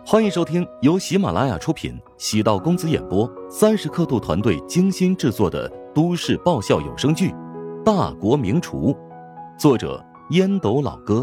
欢迎收听由喜马拉雅出品，喜道公子演播，30刻度团队精心制作的都市爆笑有声剧《大国名厨》，作者烟斗老哥。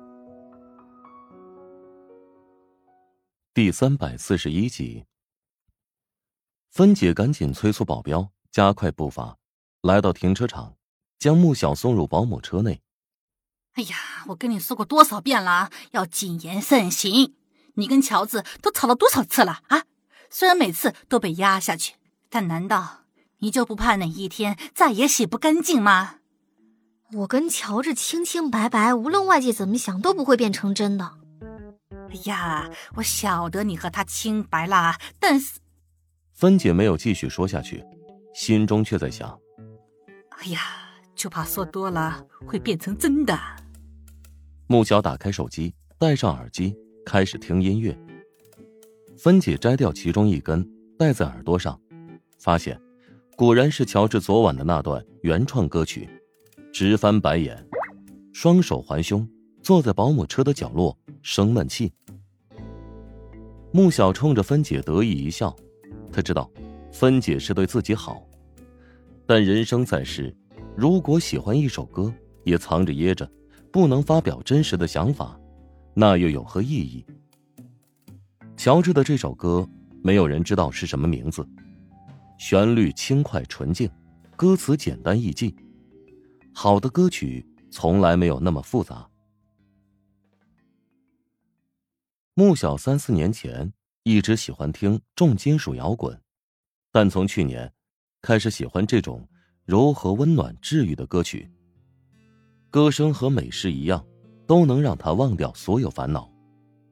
第341集。芬姐赶紧催促保镖加快步伐，来到停车场，将穆小送入保姆车内。 哎呀，我跟你说过多少遍了，要谨言慎行。你跟乔治都吵了多少次了啊？虽然每次都被压下去，但难道你就不怕哪一天再也洗不干净吗？ 我跟乔治清清白白，无论外界怎么想都不会变成真的。 哎呀，我晓得你和他清白啦，但是…… 芬姐没有继续说下去，心中却在想： 哎呀，就怕说多了会变成真的。 穆小打开手机，戴上耳机，开始听音乐。芬姐摘掉其中一根，戴在耳朵上，发现果然是乔治昨晚的那段原创歌曲，直翻白眼，双手环胸，坐在保姆车的角落生闷气。穆小冲着芬姐得意一笑，他知道芬姐是对自己好，但人生在世，如果喜欢一首歌也藏着掖着，不能发表真实的想法，那又有何意义？乔治的这首歌没有人知道是什么名字，旋律轻快纯净，歌词简单易记。好的歌曲从来没有那么复杂。穆小3、4年前一直喜欢听重金属摇滚，但从去年开始喜欢这种柔和温暖治愈的歌曲，歌声和美食一样，都能让他忘掉所有烦恼。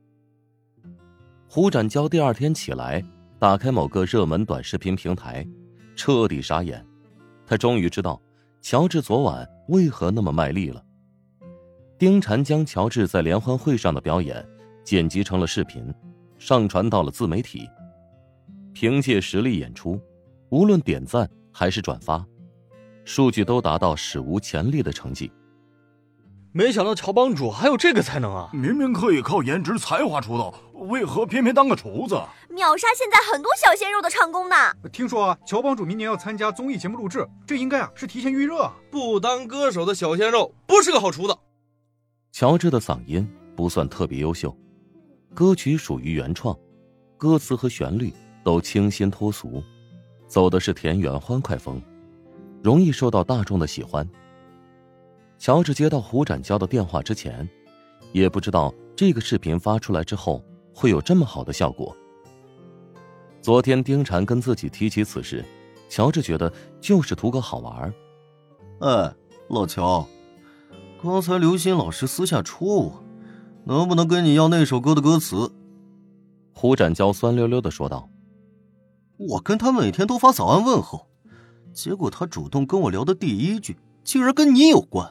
胡展娇第二天起来，打开某个热门短视频平台，彻底傻眼。他终于知道乔治昨晚为何那么卖力了。丁婵将乔治在联欢会上的表演剪辑成了视频，上传到了自媒体。凭借实力演出，无论点赞还是转发，数据都达到史无前例的成绩。 没想到乔帮主还有这个才能啊！ 明明可以靠颜值才华出道，为何偏偏当个厨子？ 秒杀现在很多小鲜肉的唱功呢。 听说啊，乔帮主明年要参加综艺节目录制，这应该是提前预热啊。 不当歌手的小鲜肉不是个好厨子。 乔治的嗓音不算特别优秀，歌曲属于原创，歌词和旋律都清新脱俗，走的是田园欢快风，容易受到大众的喜欢。乔治接到胡展娇的电话之前，也不知道这个视频发出来之后会有这么好的效果。昨天丁婵跟自己提起此事，乔治觉得就是图个好玩。 哎，老乔，刚才刘鑫老师私下戳我，能不能跟你要那首歌的歌词？ 胡展娇酸溜溜地说道。 我跟他每天都发早安问候，结果他主动跟我聊的第一句竟然跟你有关。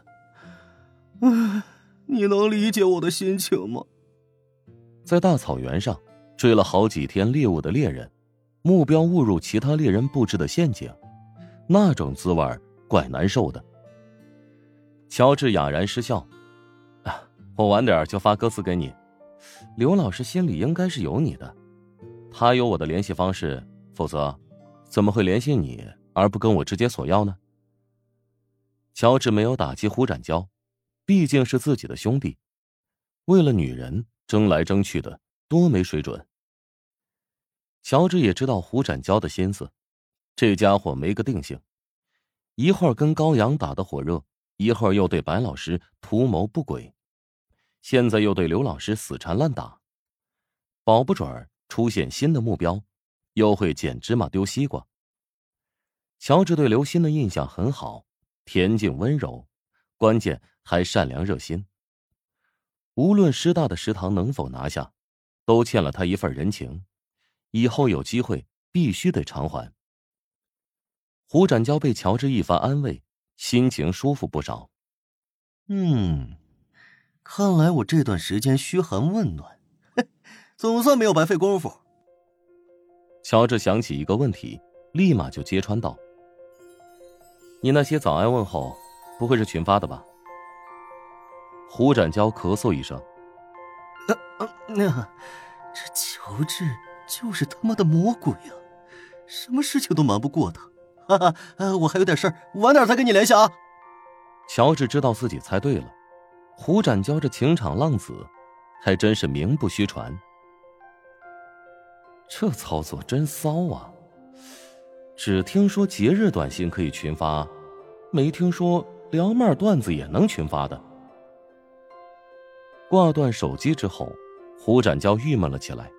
你能理解我的心情吗？ 在大草原上追了好几天猎物的猎人，目标误入其他猎人布置的陷阱，那种滋味怪难受的。乔治哑然失笑，我晚点就发歌词给你，刘老师心里应该是有你的，他有我的联系方式，否则怎么会联系你而不跟我直接索要呢？乔治没有打击胡展娇，毕竟是自己的兄弟，为了女人争来争去的多没水准。乔治也知道胡展娇的心思，这家伙没个定性，一会儿跟高阳打得火热，一会儿又对白老师图谋不轨，现在又对刘老师死缠烂打，保不准出现新的目标，又会捡芝麻丢西瓜。乔治对刘鑫的印象很好，恬静温柔，关键还善良热心。无论师大的食堂能否拿下，都欠了他一份人情，以后有机会必须得偿还。胡展娇被乔治一番安慰，心情舒服不少。 看来我这段时间嘘寒问暖，总算没有白费功夫。 乔治想起一个问题，立马就揭穿道：你那些早安问候不会是群发的吧？胡展娇咳嗽一声， 这乔治就是他妈的魔鬼啊，什么事情都瞒不过他。哈哈，我还有点事儿，晚点再跟你联系啊。 乔治知道自己猜对了，胡展娇这情场浪子还真是名不虚传。这操作真骚啊，只听说节日短信可以群发，没听说撩妹段子也能群发的。挂断手机之后，胡展娇郁闷了起来。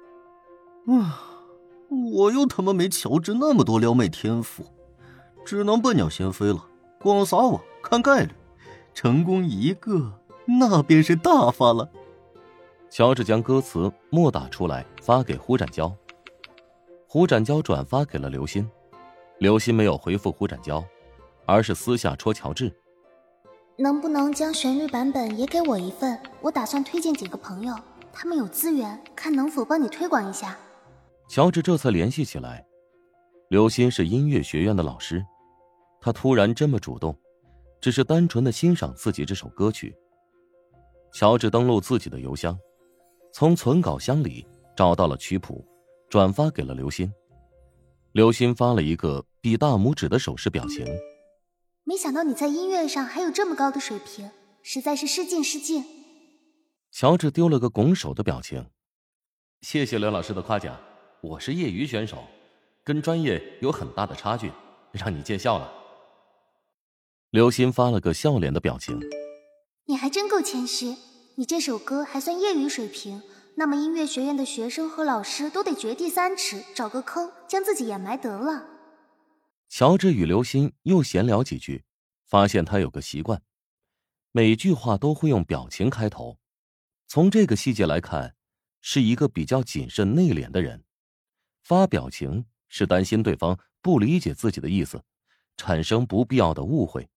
我又他妈没乔治那么多撩妹天赋，只能笨鸟先飞了，光撒网看概率，成功一个那便是大发了。 乔治将歌词默打出来发给胡展娇，胡展娇转发给了刘鑫，刘鑫没有回复胡展娇，而是私下戳乔治， 能不能将旋律版本也给我一份？我打算推荐几个朋友，他们有资源，看能否帮你推广一下。 乔治这才联系起来，刘鑫是音乐学院的老师，他突然这么主动，只是单纯的欣赏自己这首歌曲。乔治登录自己的邮箱，从存稿箱里找到了曲谱，转发给了刘鑫。刘鑫发了一个比大拇指的手势表情。 没想到你在音乐上还有这么高的水平，实在是失敬失敬。 乔治丢了个拱手的表情。谢谢刘老师的夸奖，我是业余选手，跟专业有很大的差距，让你见笑了。刘鑫发了个笑脸的表情。 你还真够谦虚，你这首歌还算业余水平，那么音乐学院的学生和老师都得掘地三尺，找个坑将自己掩埋得了。 乔治与刘鑫又闲聊几句，发现他有个习惯，每句话都会用表情开头。从这个细节来看，是一个比较谨慎内敛的人。发表情是担心对方不理解自己的意思，产生不必要的误会。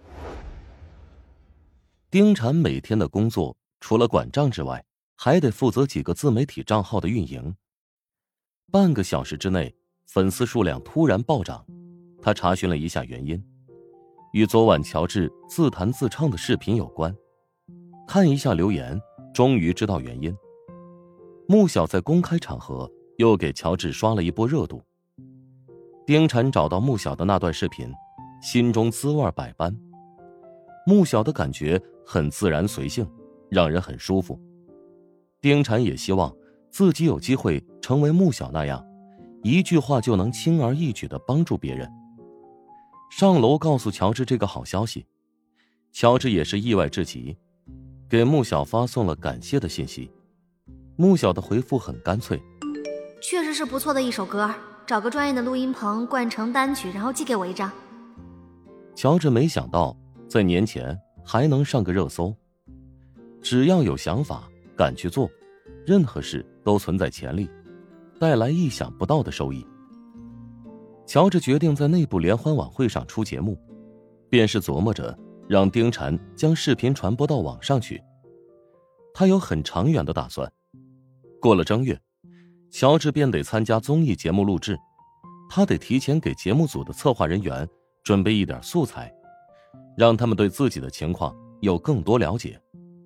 丁婵每天的工作除了管账之外，还得负责几个自媒体账号的运营。半个小时之内，粉丝数量突然暴涨。他查询了一下原因，与昨晚乔治自弹自唱的视频有关。看一下留言，终于知道原因。穆晓在公开场合又给乔治刷了一波热度。丁婵找到穆晓的那段视频，心中滋味百般。穆晓的感觉很自然随性，让人很舒服。丁婵也希望自己有机会成为穆晓那样，一句话就能轻而易举地帮助别人。上楼告诉乔治这个好消息，乔治也是意外至极，给穆晓发送了感谢的信息。穆晓的回复很干脆， 确实是不错的一首歌，找个专业的录音棚灌成单曲，然后寄给我一张。 乔治没想到在年前还能上个热搜。只要有想法，敢去做，任何事都存在潜力，带来意想不到的收益。乔治决定在内部联欢晚会上出节目，便是琢磨着让丁婵将视频传播到网上去。他有很长远的打算。过了正月，乔治便得参加综艺节目录制，他得提前给节目组的策划人员准备一点素材，让他们对自己的情况有更多了解。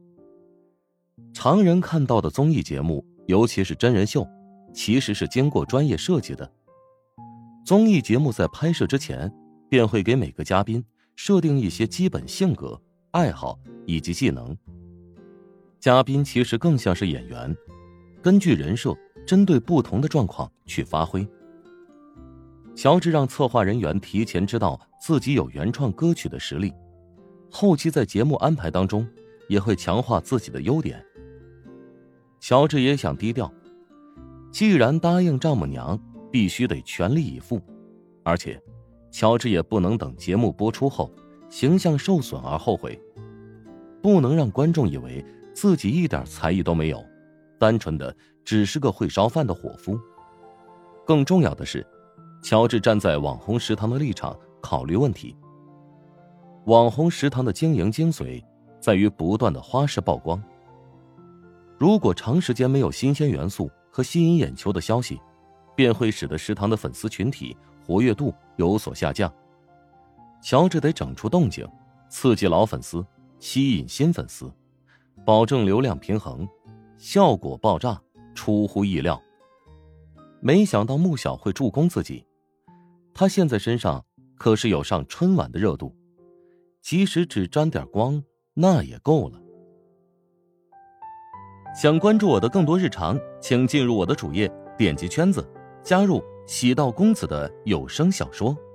常人看到的综艺节目，尤其是真人秀，其实是经过专业设计的。综艺节目在拍摄之前，便会给每个嘉宾设定一些基本性格、爱好以及技能。嘉宾其实更像是演员，根据人设，针对不同的状况去发挥。乔治让策划人员提前知道自己有原创歌曲的实力，后期在节目安排当中也会强化自己的优点。乔治也想低调，既然答应丈母娘，必须得全力以赴，而且乔治也不能等节目播出后形象受损而后悔，不能让观众以为自己一点才艺都没有，单纯的只是个会烧饭的伙夫。更重要的是，乔治站在网红食堂的立场考虑问题。网红食堂的经营精髓在于不断的花式曝光，如果长时间没有新鲜元素和吸引眼球的消息，便会使得食堂的粉丝群体活跃度有所下降。乔治得整出动静，刺激老粉丝，吸引新粉丝，保证流量平衡，效果爆炸， 出乎意料。没想到穆小会助攻自己，她现在身上可是有上春晚的热度，即使只沾点光，那也够了。想关注我的更多日常，请进入我的主页，点击圈子，加入喜道公子的有声小说。